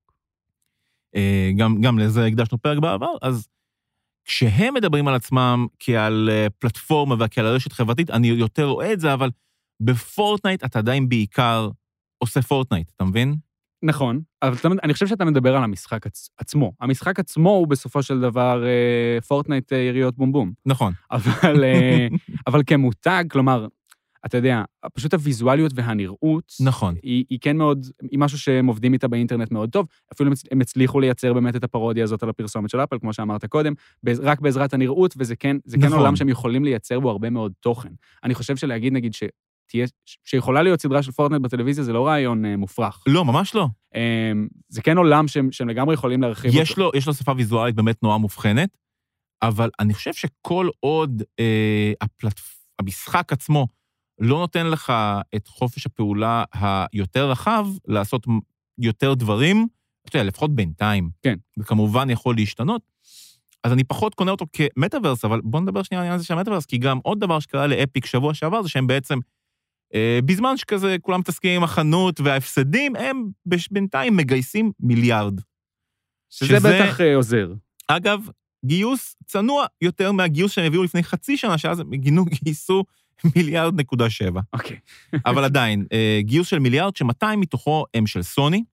גם, גם לזה הקדשנו פרק בעבר, אז כשהם מדברים על עצמם כעל פלטפורמה וכעל רשת חברתית, אני יותר רואה את זה, אבל בפורטנייט אתה עדיין בעיקר עושה פורטנייט, אתה מבין? נכון, אבל אני חושב שאתה מדבר על המשחק עצמו. המשחק עצמו הוא בסופו של דבר פורטנייט יריות בום בום. נכון. אבל, אבל כמותג, כלומר, אתה יודע, פשוט הוויזואליות והנראות, נכון. היא, היא כן מאוד, היא משהו שהם עובדים איתה באינטרנט מאוד טוב, אפילו הם הצליחו לייצר באמת את הפרודיה הזאת על הפרסומת של אפל, כמו שאמרת קודם, רק בעזרת הנראות, וזה כן, זה כן נכון. עולם שהם יכולים לייצר בו הרבה מאוד תוכן. אני חושב שלהגיד, נגיד, שתהיה, שיכולה להיות סדרה של פורטנייט בטלוויזיה, זה לא רעיון מופרך. לא, ממש לא. זה כן עולם שהם, שהם לגמרי יכולים להרחיב יש אותו. לו, יש לו שפה ויזואלית באמת נורא מובחנת, אבל אני חושב שכל עוד אה, הפלטפ... המשחק עצמו לא נותן לך את חופש הפעולה היותר רחב, לעשות יותר דברים, אתה יודע, לפחות בינתיים. כן. וכמובן יכול להשתנות, אז אני פחות קונה אותו כמטאברס, אבל בוא נדבר שנייה על העניין הזה של המטאברס, כי גם עוד דבר שקרה לאפיק שבוע שעבר, זה שהם בעצם, אה, בזמן שכזה כולם מתעסקים עם החנות וההפסדים, הם בינתיים מגייסים מיליארד. שזה, שזה בטח אה, עוזר. אגב, גיוס צנוע יותר מהגיוס שהם הביאו לפני חצי שנה, שאז הם גינו, גייסו מיליארד נקודה שבע. אוקיי. אבל עדיין, גיוס של מיליארד, שמאתיים מתוכו הם של סוני,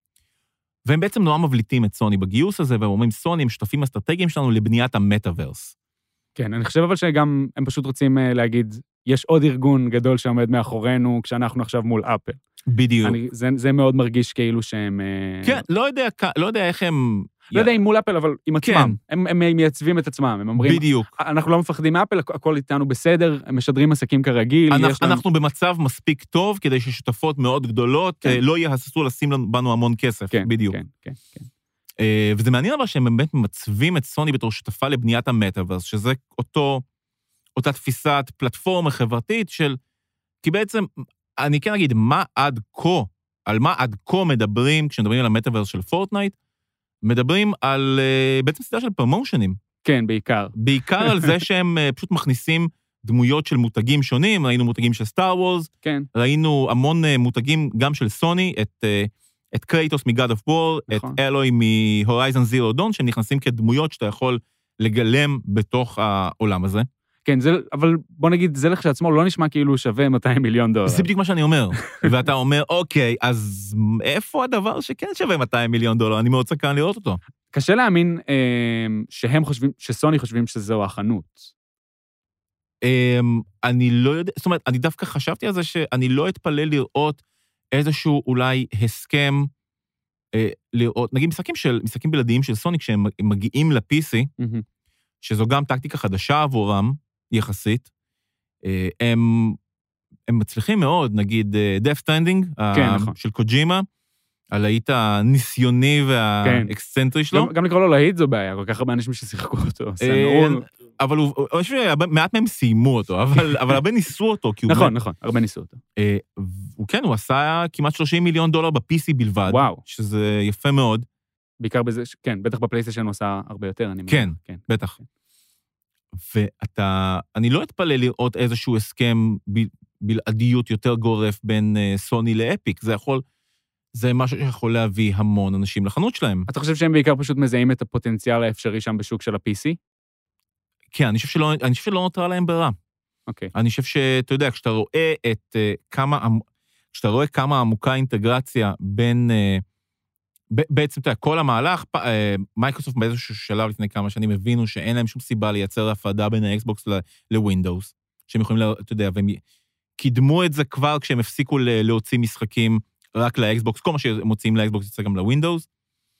והם בעצם נורא מבליטים את סוני בגיוס הזה, והם אומרים, סוני הם שותפים אסטרטגיים שלנו לבניית המטאברס. כן, אני חושב אבל שגם הם פשוט רוצים להגיד, יש עוד ארגון גדול שעומד מאחורינו, כשאנחנו עכשיו מול אפל. בדיוק. אני, זה, זה מאוד מרגיש כאילו שהם... כן, לא יודע, לא יודע איך הם... לא יודע אם מול אפל, אבל עם עצמם. הם, הם מייצבים את עצמם, הם אומרים, בדיוק. אנחנו לא מפחדים מאפל, הכל איתנו בסדר, הם משדרים עסקים כרגיל. אנחנו, אנחנו במצב מספיק טוב, כדי ששותפות מאוד גדולות כן. לא יהססו לשים בנו המון כסף, כן, בדיוק. כן, כן, כן. וזה מעניין אבל שהם באמת מצווים את סוני בתור שותפה לבניית המטאברס, שזה אותו, אותה תפיסת פלטפורמה חברתית של, כי בעצם, אני כן אגיד, מה עד כה, על מה עד כה מדברים, כשמדברים על המטאברס של פורטנייט, מדברים על בעצם סדרה של פרמושנים. כן, בעיקר. בעיקר על זה שהם פשוט מכניסים דמויות של מותגים שונים, ראינו מותגים של סטאר וורס, כן. ראינו המון מותגים גם של סוני, את, את קרייטוס מ-God of War, נכון. את אלוי מ-Horizon Zero Dawn, שהם נכנסים כדמויות שאתה יכול לגלם בתוך העולם הזה. כן, זה, אבל בוא נגיד, זה לכשעצמו לא נשמע כאילו שווה מאתיים מיליון דולר. זה בדיוק מה שאני אומר. ואתה אומר, אוקיי, אז איפה הדבר שכן שווה מאתיים מיליון דולר? אני מאוד סקרן לראות אותו. קשה להאמין אה, שהם חושבים, שסוני חושבים שזו החנות. אה, אני לא יודע, זאת אומרת, אני דווקא חשבתי על זה שאני לא אתפלא לראות איזשהו אולי הסכם, אה, לראות, נגיד משחקים של, משחקים בלעדיים של סוני, כשהם מגיעים ל-פי סי, mm-hmm. שזו גם טקטיקה חדשה עבורם, יחסית, הם, הם מצליחים מאוד, נגיד, Death Stranding, כן, נכון. של קוג'ימה, הלהיט הניסיוני והאקסצנטרי שלו. גם, גם לקרוא לו להיט זו בעיה, כל כך הרבה אנשים ששיחקו אותו, סנאו. אבל הוא, מעט מהם סיימו אותו, אבל, אבל הרבה ניסו אותו. נכון, נכון, הרבה ניסו אותו. הוא כן, הוא עשה כמעט שלושים מיליון דולר ב-פי סי בלבד, וואו. שזה יפה מאוד. בעיקר בזה, כן, בטח בפלייסטיישן הוא עשה הרבה יותר, אני כן, כן, בטח. ואתה, אני לא אתפלא לראות איזשהו הסכם בלעדיות יותר גורף בין סוני לאפיק, זה יכול, זה משהו שיכול להביא המון אנשים לחנות שלהם. אתה חושב שהם בעיקר פשוט מזהים את הפוטנציאל האפשרי שם בשוק של ה-פי סי? כן, אני חושב שלא, אני חושב שלא נותרה להם ברירה. אוקיי. אני חושב שאתה יודע, כשאתה רואה את כמה, כשאתה רואה כמה עמוקה אינטגרציה בין, בעצם, אתה יודע, כל המהלך, מייקרוסופט באיזשהו שלב לפני כמה שנים הבינו שאין להם שום סיבה לייצר הפרדה בין האקסבוקס לווינדוס, שהם יכולים, אתה יודע, והם קידמו את זה כבר כשהם הפסיקו להוציא משחקים רק לאקסבוקס, כל מה שהם מוציאים לאקסבוקס יצא גם לווינדוס.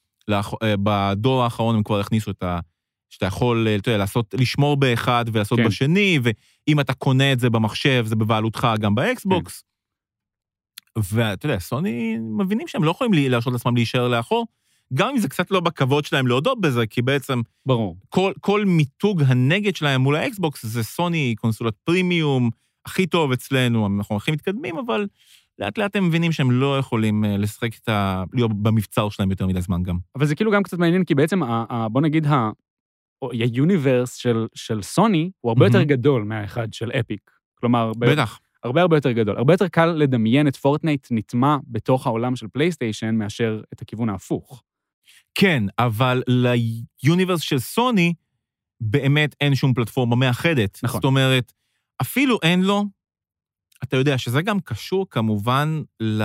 בדור האחרון הם כבר הכניסו את ה... שאתה יכול, אתה יודע, לעשות, לשמור באחד ולעשות כן. בשני, ואם אתה קונה את זה במחשב, זה בבעלותך גם באקסבוקס. כן. ואתה יודע, סוני מבינים שהם לא יכולים להרשות לעצמם להישאר לאחור, גם אם זה קצת לא בכבוד שלהם להודות בזה, כי בעצם... ברור. כל, כל מיתוג הנגד שלהם מול האקסבוקס, זה סוני, קונסולת פרימיום, הכי טוב אצלנו, אנחנו הכי מתקדמים, אבל לאט לאט הם מבינים שהם לא יכולים לשחק את ה... להיות במבצר שלהם יותר מדי זמן גם. אבל זה כאילו גם קצת מעניין, כי בעצם, בוא נגיד, היוניברס של, של סוני, הוא הרבה mm-hmm. יותר גדול מהאחד של אפיק. כלומר... בטח. הרבה הרבה יותר גדול. הרבה יותר קל לדמיין את פורטנייט נטמע בתוך העולם של פלייסטיישן, מאשר את הכיוון ההפוך. כן, אבל ליוניברס של סוני, באמת אין שום פלטפורמה מאחדת. נכון. זאת אומרת, אפילו אין לו, אתה יודע שזה גם קשור כמובן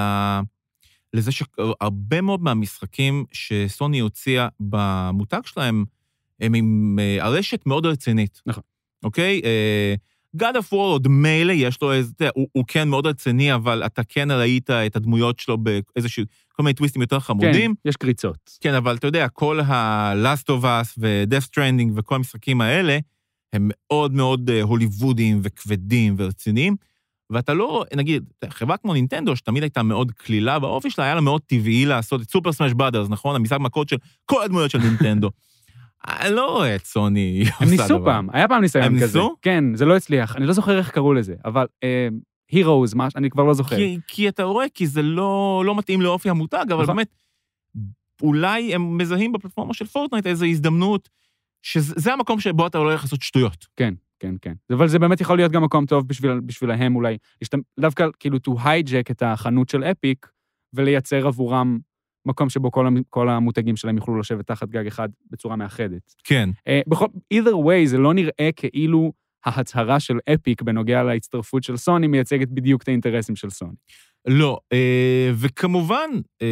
לזה שהרבה מאוד מהמשחקים שסוני הוציאה במותג שלהם, הם עם הרשת מאוד רצינית. נכון. אוקיי? God of War עוד מילא, יש לו איזה, הוא, הוא כן מאוד רציני, אבל אתה כן ראית את הדמויות שלו באיזשהו, כל מיני טוויסטים יותר חמודים. כן, יש קריצות. כן, אבל אתה יודע, כל ה-Last of Us ו-Death Stranding וכל המשחקים האלה, הם מאוד מאוד הוליוודיים וכבדים ורציניים, ואתה לא, נגיד, חברה כמו נינטנדו, שתמיד הייתה מאוד כלילה באופי שלה, היה לה מאוד טבעי לעשות את סופר סמאש בראדרס, נכון? המשחק מכות של כל הדמויות של נינטנדו. אני לא רואה את סוני. הם ניסו פעם, היה פעם ניסיון כזה. הם ניסו? כן, זה לא הצליח, אני לא זוכר איך קראו לזה, אבל הירוז, אני כבר לא זוכר. כי אתה רואה, כי זה לא מתאים לאופי המותג, אבל באמת, אולי הם מזהים בפלטפורמה של פורטנייט איזו הזדמנות, שזה המקום שבו אתה הולך לעשות שטויות. כן, כן, כן. אבל זה באמת יכול להיות גם מקום טוב בשבילהם אולי, דווקא כאילו to hijack את החנות של אפיק, ולייצר עבורם מקום שבו כל, כל המותגים שלהם יוכלו לשבת תחת גג אחד בצורה מאחדת. כן. Uh, בכל, either way, זה לא נראה כאילו ההצהרה של אפיק בנוגע להצטרפות של סוני מייצגת בדיוק את האינטרסים של סוני. לא, uh, וכמובן uh,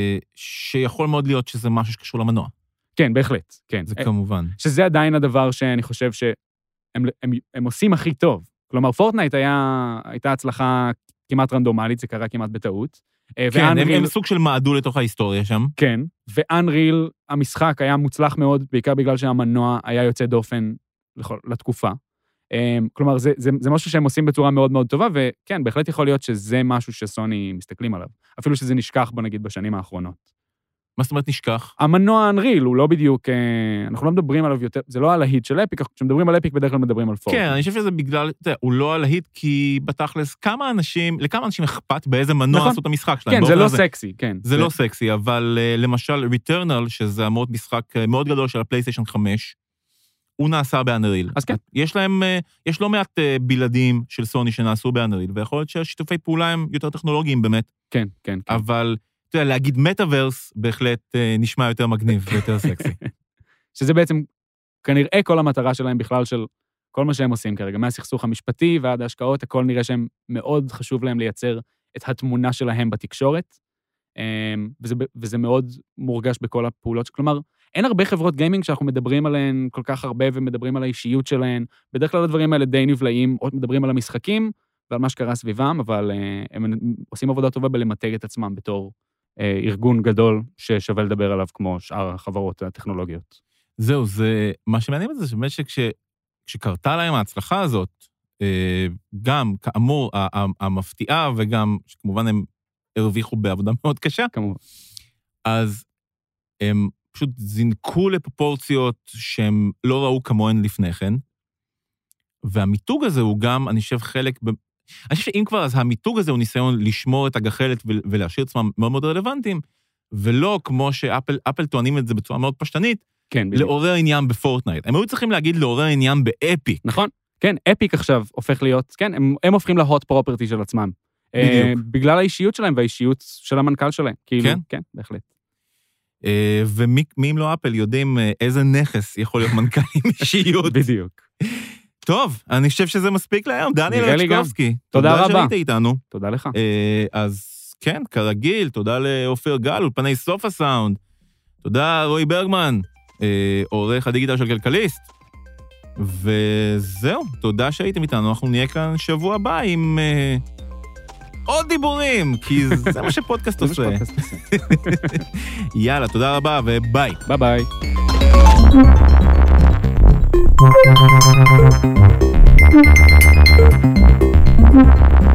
שיכול מאוד להיות שזה משהו שקשור למנוע. כן, בהחלט, כן. זה uh, כמובן. שזה עדיין הדבר שאני חושב שהם הם, הם עושים הכי טוב. כלומר, פורטנייט היה, הייתה הצלחה כמעט רנדומלית, זה קרה כמעט בטעות. כן, הם, הם סוג של מעדו לתוך ההיסטוריה שם. כן, ואנריל, המשחק היה מוצלח מאוד, בעיקר בגלל שהמנוע היה יוצא דופן לתקופה. כלומר, זה, זה, זה משהו שהם עושים בצורה מאוד מאוד טובה, וכן, בהחלט יכול להיות שזה משהו שסוני מסתכלים עליו. אפילו שזה נשכח בו, נגיד, בשנים האחרונות. מה זאת אומרת נשכח? המנוע אנריל הוא לא בדיוק, אנחנו לא מדברים עליו יותר, זה לא על ההיט של אפיק, כשמדברים על אפיק בדרך כלל מדברים על פורטנייט. כן, אני חושב שזה בגלל, אתה יודע, הוא לא על ההיט, כי בתכלס כמה אנשים, לכמה אנשים אכפת באיזה מנוע עשו את המשחק שלהם. כן, זה לא סקסי, כן. זה לא סקסי, אבל למשל Returnal, שזה המאוד משחק מאוד גדול של הפלייסטיישן חמש, הוא נעשה באנריל. אז כן. יש להם, יש לא מעט בלעדים של סוני שנעשו באנריל, ויכול להיות שהשיתופי פעולה הם יותר טכנולוגיים באמת. כן, כן, כן. אבל אתה יודע, להגיד מטאברס בהחלט נשמע יותר מגניב ויותר סקסי. שזה בעצם כנראה כל המטרה שלהם בכלל של כל מה שהם עושים כרגע, מהסכסוך המשפטי ועד ההשקעות, הכל נראה שהם מאוד חשוב להם לייצר את התמונה שלהם בתקשורת, וזה, וזה מאוד מורגש בכל הפעולות. כלומר, אין הרבה חברות גיימינג שאנחנו מדברים עליהן כל כך הרבה ומדברים על האישיות שלהן, בדרך כלל הדברים האלה די נבלעים, עוד מדברים על המשחקים ועל מה שקרה סביבם, אבל הם עושים עבודה טובה בלמתג את עצמם בתור ארגון גדול ששווה לדבר עליו כמו שאר החברות הטכנולוגיות. זהו, זה, מה שמעניין את זה, שבאמת שכשקרתה להם ההצלחה הזאת, גם כאמור המפתיעה, וגם שכמובן הם הרוויחו בעבודה מאוד קשה, כמובן. אז הם פשוט זינקו לפרופורציות שהם לא ראו כמוהן לפני כן, והמיתוג הזה הוא גם, אני חושב, חלק אני חושב שאם כבר, אז המיתוג הזה הוא ניסיון לשמור את הגחלת ולהשאיר עצמם מאוד מאוד רלוונטיים, ולא כמו שאפל אפל טוענים את זה בצורה מאוד פשטנית, כן, לעורר עניין בפורטנייט. הם היו צריכים להגיד לעורר עניין באפיק. נכון, כן, אפיק עכשיו הופך להיות, כן, הם, הם הופכים להוט פרופרטי של עצמם. בדיוק. אה, בגלל האישיות שלהם והאישיות של המנכ"ל שלהם. כאילו, כן? כן, בהחלט. אה, ומי אם לא אפל יודעים איזה נכס יכול להיות מנכ"ל עם אישיות. בדיוק. טוב, אני חושב שזה מספיק להיום. דניאל רצ'קובסקי. תודה רבה. תודה שהיית איתנו. תודה לך. אז כן, כרגיל, תודה לאופיר גל, אולפני סוף הסאונד. תודה רועי ברגמן, עורך הדיגיטל של כלכליסט. וזהו, תודה שהייתם איתנו. אנחנו נהיה כאן שבוע הבא עם עוד דיבורים, כי זה מה שפודקאסט עושה. יאללה, תודה רבה וביי. ביי ביי. Thank you.